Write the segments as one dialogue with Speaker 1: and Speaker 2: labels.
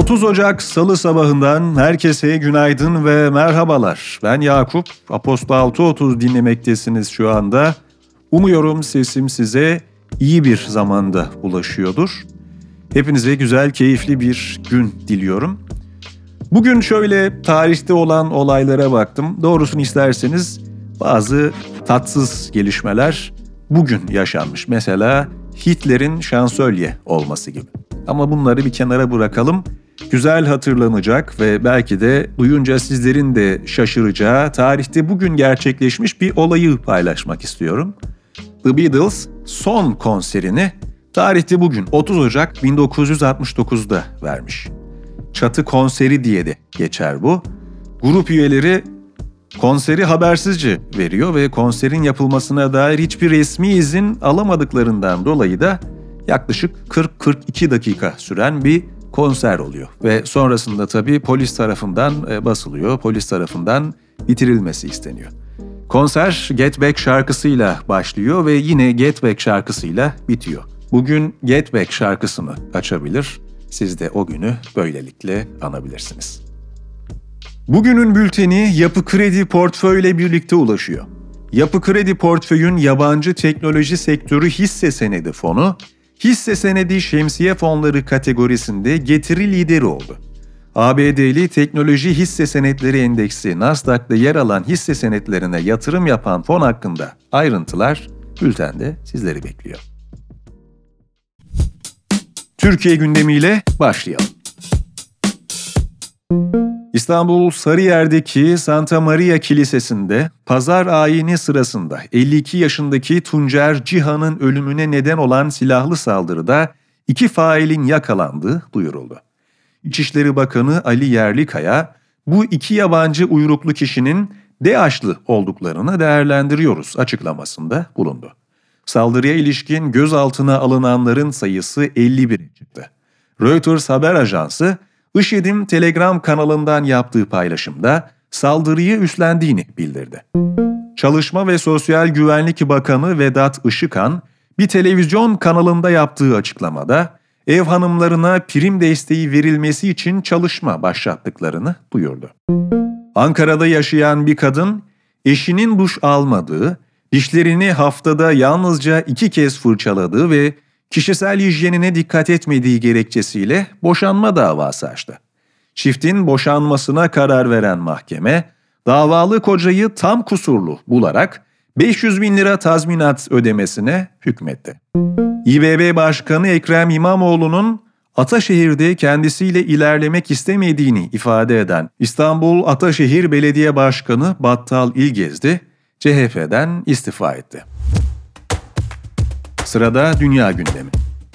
Speaker 1: 30 Ocak Salı sabahından herkese günaydın ve merhabalar. Ben Yakup, Aposto 6.30 dinlemektesiniz şu anda. Umuyorum sesim size iyi bir zamanda ulaşıyordur. Hepinize güzel, keyifli bir gün diliyorum. Bugün şöyle tarihte olan olaylara baktım. Doğrusunu isterseniz bazı tatsız gelişmeler bugün yaşanmış. Mesela Hitler'in şansölye olması gibi. Ama bunları bir kenara bırakalım. Güzel hatırlanacak ve belki de duyunca sizlerin de şaşıracağı tarihte bugün gerçekleşmiş bir olayı paylaşmak istiyorum. The Beatles son konserini tarihte bugün 30 Ocak 1969'da vermiş. Çatı konseri diye de geçer bu. Grup üyeleri konseri habersizce veriyor ve konserin yapılmasına dair hiçbir resmi izin alamadıklarından dolayı da yaklaşık 40-42 dakika süren bir konser oluyor. Ve sonrasında tabii polis tarafından basılıyor, polis tarafından bitirilmesi isteniyor. Konser Get Back şarkısıyla başlıyor ve yine Get Back şarkısıyla bitiyor. Bugün Get Back şarkısını açabilir, siz de o günü böylelikle anabilirsiniz. Bugünün bülteni Yapı Kredi Portföy ile birlikte ulaşıyor. Yapı Kredi Portföy'ün yabancı teknoloji sektörü hisse senedi fonu, hisse senedi şemsiye fonları kategorisinde getiri lideri oldu. ABD'li teknoloji hisse senetleri endeksi Nasdaq'ta yer alan hisse senetlerine yatırım yapan fon hakkında ayrıntılar bültende sizleri bekliyor. Türkiye gündemiyle başlayalım. İstanbul Sarıyer'deki Santa Maria Kilisesi'nde pazar ayini sırasında 52 yaşındaki Tuncer Cihan'ın ölümüne neden olan silahlı saldırıda 2 failin yakalandığı duyuruldu. İçişleri Bakanı Ali Yerlikaya, bu 2 yabancı uyruklu kişinin DAEŞ'lı olduklarını değerlendiriyoruz açıklamasında bulundu. Saldırıya ilişkin gözaltına alınanların sayısı 51'e çıktı. Reuters haber ajansı, IŞİD'in Telegram kanalından yaptığı paylaşımda saldırıyı üstlendiğini bildirdi. Çalışma ve Sosyal Güvenlik Bakanı Vedat Işıkhan, bir televizyon kanalında yaptığı açıklamada ev hanımlarına prim desteği verilmesi için çalışma başlattıklarını duyurdu. Ankara'da yaşayan bir kadın, eşinin duş almadığı, dişlerini haftada yalnızca 2 kez fırçaladığı ve kişisel hijyenine dikkat etmediği gerekçesiyle boşanma davası açtı. Çiftin boşanmasına karar veren mahkeme, davalı kocayı tam kusurlu bularak 500 bin lira tazminat ödemesine hükmetti. İBB Başkanı Ekrem İmamoğlu'nun Ataşehir'de kendisiyle ilerlemek istemediğini ifade eden İstanbul Ataşehir Belediye Başkanı Battal İlgezdi, CHP'den istifa etti. Sırada dünya gündemi.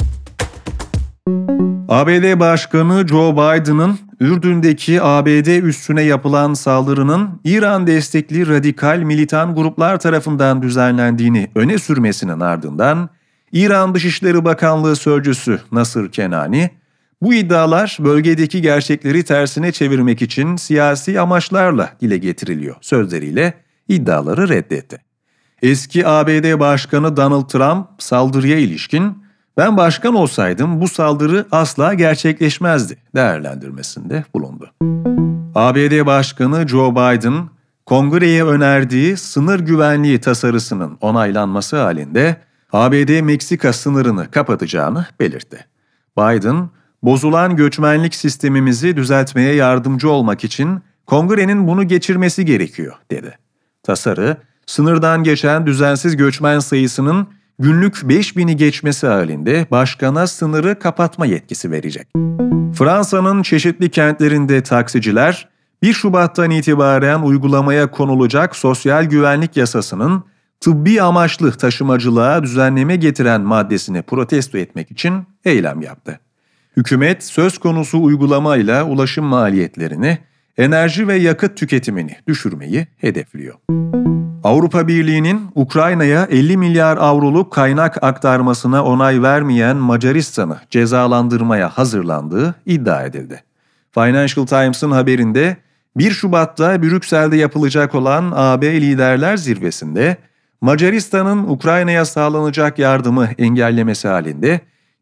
Speaker 1: ABD Başkanı Joe Biden'ın Ürdün'deki ABD üssüne yapılan saldırının İran destekli radikal militan gruplar tarafından düzenlendiğini öne sürmesinin ardından İran Dışişleri Bakanlığı Sözcüsü Nasır Kenani, bu iddialar bölgedeki gerçekleri tersine çevirmek için siyasi amaçlarla dile getiriliyor sözleriyle iddiaları reddetti. Eski ABD Başkanı Donald Trump saldırıya ilişkin "Ben başkan olsaydım bu saldırı asla gerçekleşmezdi" değerlendirmesinde bulundu. ABD Başkanı Joe Biden, Kongreye önerdiği sınır güvenliği tasarısının onaylanması halinde ABD-Meksika sınırını kapatacağını belirtti. Biden, "Bozulan göçmenlik sistemimizi düzeltmeye yardımcı olmak için Kongrenin bunu geçirmesi gerekiyor" dedi. Tasarı, sınırdan geçen düzensiz göçmen sayısının günlük 5.000'i geçmesi halinde başkana sınırı kapatma yetkisi verecek. Fransa'nın çeşitli kentlerinde taksiciler, 1 Şubat'tan itibaren uygulamaya konulacak sosyal güvenlik yasasının tıbbi amaçlı taşımacılığa düzenleme getiren maddesini protesto etmek için eylem yaptı. Hükümet söz konusu uygulamayla ulaşım maliyetlerini, enerji ve yakıt tüketimini düşürmeyi hedefliyor. Avrupa Birliği'nin Ukrayna'ya 50 milyar avroluk kaynak aktarmasına onay vermeyen Macaristan'ı cezalandırmaya hazırlandığı iddia edildi. Financial Times'ın haberinde 1 Şubat'ta Brüksel'de yapılacak olan AB Liderler Zirvesi'nde Macaristan'ın Ukrayna'ya sağlanacak yardımı engellemesi halinde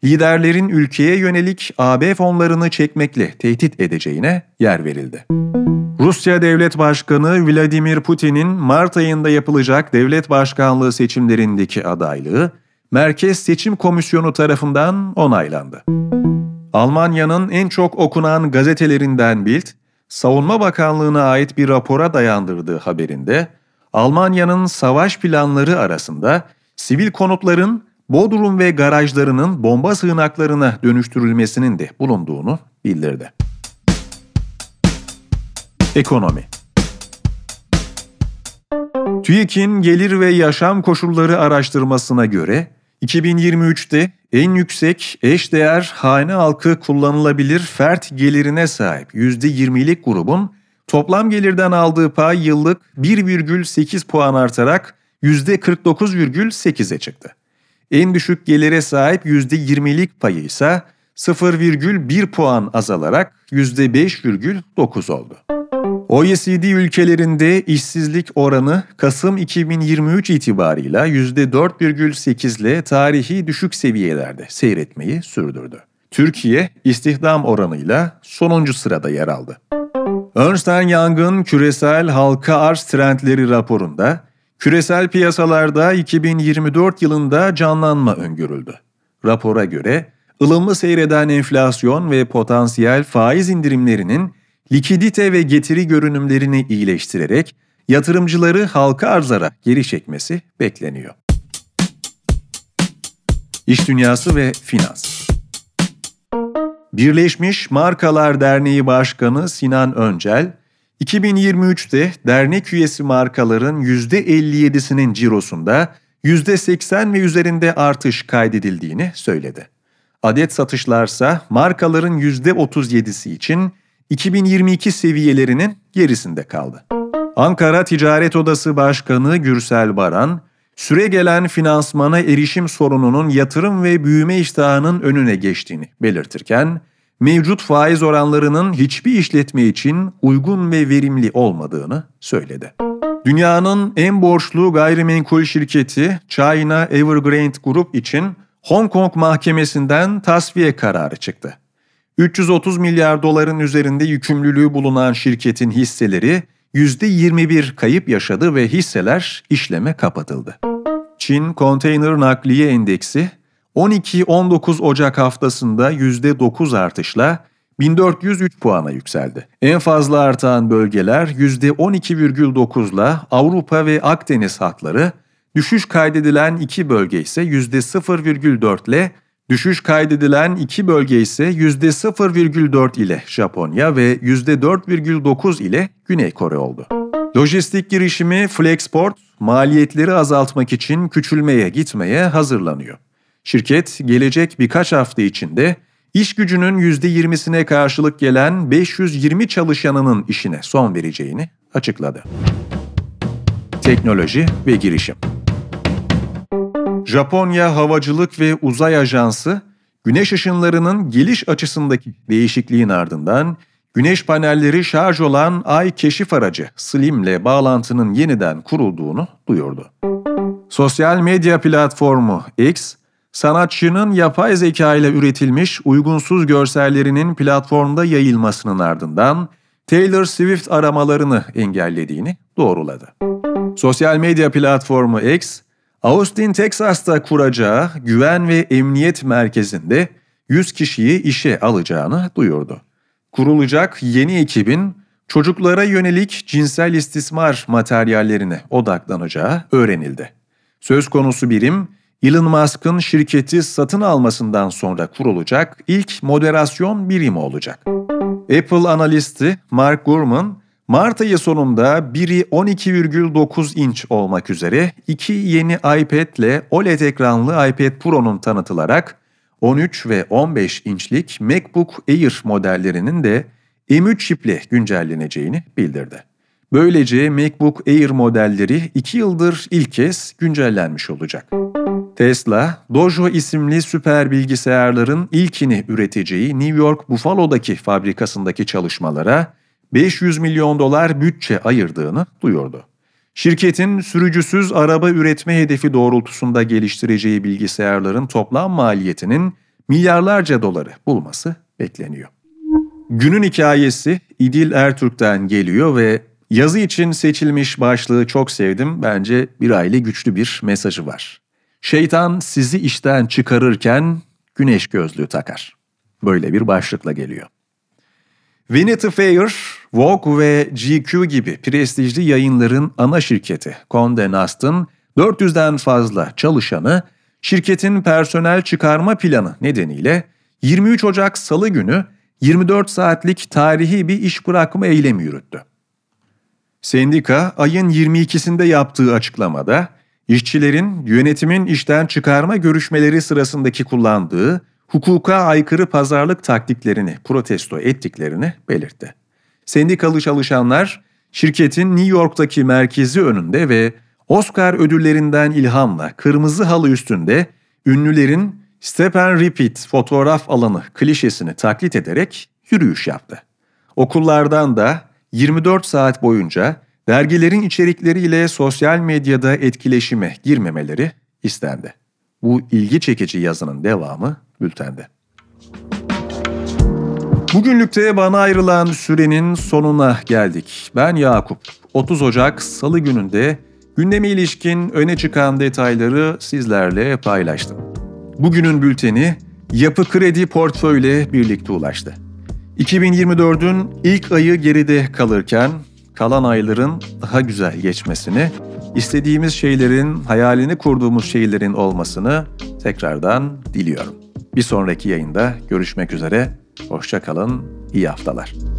Speaker 1: liderlerin ülkeye yönelik AB fonlarını çekmekle tehdit edeceğine yer verildi. Rusya Devlet Başkanı Vladimir Putin'in Mart ayında yapılacak devlet başkanlığı seçimlerindeki adaylığı Merkez Seçim Komisyonu tarafından onaylandı. Almanya'nın en çok okunan gazetelerinden Bild, Savunma Bakanlığı'na ait bir rapora dayandırdığı haberinde, Almanya'nın savaş planları arasında sivil konutların bodrum ve garajlarının bomba sığınaklarına dönüştürülmesinin de bulunduğunu bildirdi. Ekonomi. TÜİK'in Gelir ve Yaşam Koşulları araştırmasına göre 2023'te en yüksek eşdeğer hane halkı kullanılabilir fert gelirine sahip %20'lik grubun toplam gelirden aldığı pay yıllık 1,8 puan artarak %49,8'e çıktı. En düşük gelire sahip %20'lik payı ise 0,1 puan azalarak %5,9 oldu. OECD ülkelerinde işsizlik oranı Kasım 2023 itibarıyla %4,8 ile tarihi düşük seviyelerde seyretmeyi sürdürdü. Türkiye istihdam oranıyla sonuncu sırada yer aldı. Ernst & Young'ın küresel halka arz trendleri raporunda küresel piyasalarda 2024 yılında canlanma öngörüldü. Rapora göre ılımlı seyreden enflasyon ve potansiyel faiz indirimlerinin likidite ve getiri görünümlerini iyileştirerek yatırımcıları halka arzlara geri çekmesi bekleniyor. İş dünyası ve finans. Birleşmiş Markalar Derneği Başkanı Sinan Öncel, 2023'te dernek üyesi markaların %57'sinin cirosunda %80 ve üzerinde artış kaydedildiğini söyledi. Adet satışlarsa markaların %37'si için 2022 seviyelerinin gerisinde kaldı. Ankara Ticaret Odası Başkanı Gürsel Baran, süregelen finansmana erişim sorununun yatırım ve büyüme iştahının önüne geçtiğini belirtirken, mevcut faiz oranlarının hiçbir işletme için uygun ve verimli olmadığını söyledi. Dünyanın en borçlu gayrimenkul şirketi China Evergrande Group için Hong Kong mahkemesinden tasfiye kararı çıktı. 330 milyar doların üzerinde yükümlülüğü bulunan şirketin hisseleri %21 kayıp yaşadı ve hisseler işleme kapatıldı. Çin Konteyner Nakliye Endeksi 12-19 Ocak haftasında %9 artışla 1403 puana yükseldi. En fazla artan bölgeler %12,9'la Avrupa ve Akdeniz hatları, düşüş kaydedilen 2 bölge ise %0,4 ile, düşüş kaydedilen 2 bölge ise %0,4 ile Japonya ve %4,9 ile Güney Kore oldu. Lojistik girişimi Flexport, maliyetleri azaltmak için küçülmeye gitmeye hazırlanıyor. Şirket, gelecek birkaç hafta içinde iş gücünün %20'sine karşılık gelen 520 çalışanının işine son vereceğini açıkladı. Teknoloji ve girişim. Japonya Havacılık ve Uzay Ajansı, güneş ışınlarının geliş açısındaki değişikliğin ardından güneş panelleri şarj olan Ay keşif aracı SLIM'le bağlantının yeniden kurulduğunu duyurdu. Sosyal medya platformu X, sanatçının yapay zeka ile üretilmiş uygunsuz görsellerinin platformda yayılmasının ardından Taylor Swift aramalarını engellediğini doğruladı. Sosyal medya platformu X, Austin, Texas'ta kuracağı güven ve emniyet merkezinde 100 kişiyi işe alacağını duyurdu. Kurulacak yeni ekibin çocuklara yönelik cinsel istismar materyallerine odaklanacağı öğrenildi. Söz konusu birim, Elon Musk'ın şirketi satın almasından sonra kurulacak ilk moderasyon birimi olacak. Apple analisti Mark Gurman, Mart ayı sonunda biri 12,9 inç olmak üzere 2 yeni iPad ile OLED ekranlı iPad Pro'nun tanıtılarak 13 ve 15 inçlik MacBook Air modellerinin de M3 çiple güncelleneceğini bildirdi. Böylece MacBook Air modelleri 2 yıldır ilk kez güncellenmiş olacak. Tesla, Dojo isimli süper bilgisayarların ilkini üreteceği New York Buffalo'daki fabrikasındaki çalışmalara $500 milyon bütçe ayırdığını duyurdu. Şirketin sürücüsüz araba üretme hedefi doğrultusunda geliştireceği bilgisayarların toplam maliyetinin milyarlarca doları bulması bekleniyor. Günün hikayesi İdil Ertürk'ten geliyor ve yazı için seçilmiş başlığı çok sevdim. Bence bir aile güçlü bir mesajı var. Şeytan sizi işten çıkarırken güneş gözlüğü takar. Böyle bir başlıkla geliyor. Vanity Fair, Vogue ve GQ gibi prestijli yayınların ana şirketi Condé Nast'ın 400'den fazla çalışanı şirketin personel çıkarma planı nedeniyle 23 Ocak Salı günü 24 saatlik tarihi bir iş bırakma eylemi yürüttü. Sendika ayın 22'sinde yaptığı açıklamada işçilerin yönetimin işten çıkarma görüşmeleri sırasındaki kullandığı hukuka aykırı pazarlık taktiklerini protesto ettiklerini belirtti. Sendikalı çalışanlar şirketin New York'taki merkezi önünde ve Oscar ödüllerinden ilhamla kırmızı halı üstünde ünlülerin Step and Repeat fotoğraf alanı klişesini taklit ederek yürüyüş yaptı. Okullardan da 24 saat boyunca dergilerin içerikleriyle sosyal medyada etkileşime girmemeleri istendi. Bu ilgi çekici yazının devamı bültende. Bugünlükte bana ayrılan sürenin sonuna geldik. Ben Yakup. 30 Ocak Salı gününde gündeme ilişkin öne çıkan detayları sizlerle paylaştım. Bugünün bülteni Yapı Kredi Portföy'le birlikte ulaştı. 2024'ün ilk ayı geride kalırken kalan ayların daha güzel geçmesini, istediğimiz şeylerin, hayalini kurduğumuz şeylerin olmasını tekrardan diliyorum. Bir sonraki yayında görüşmek üzere. Hoşça kalın, iyi haftalar.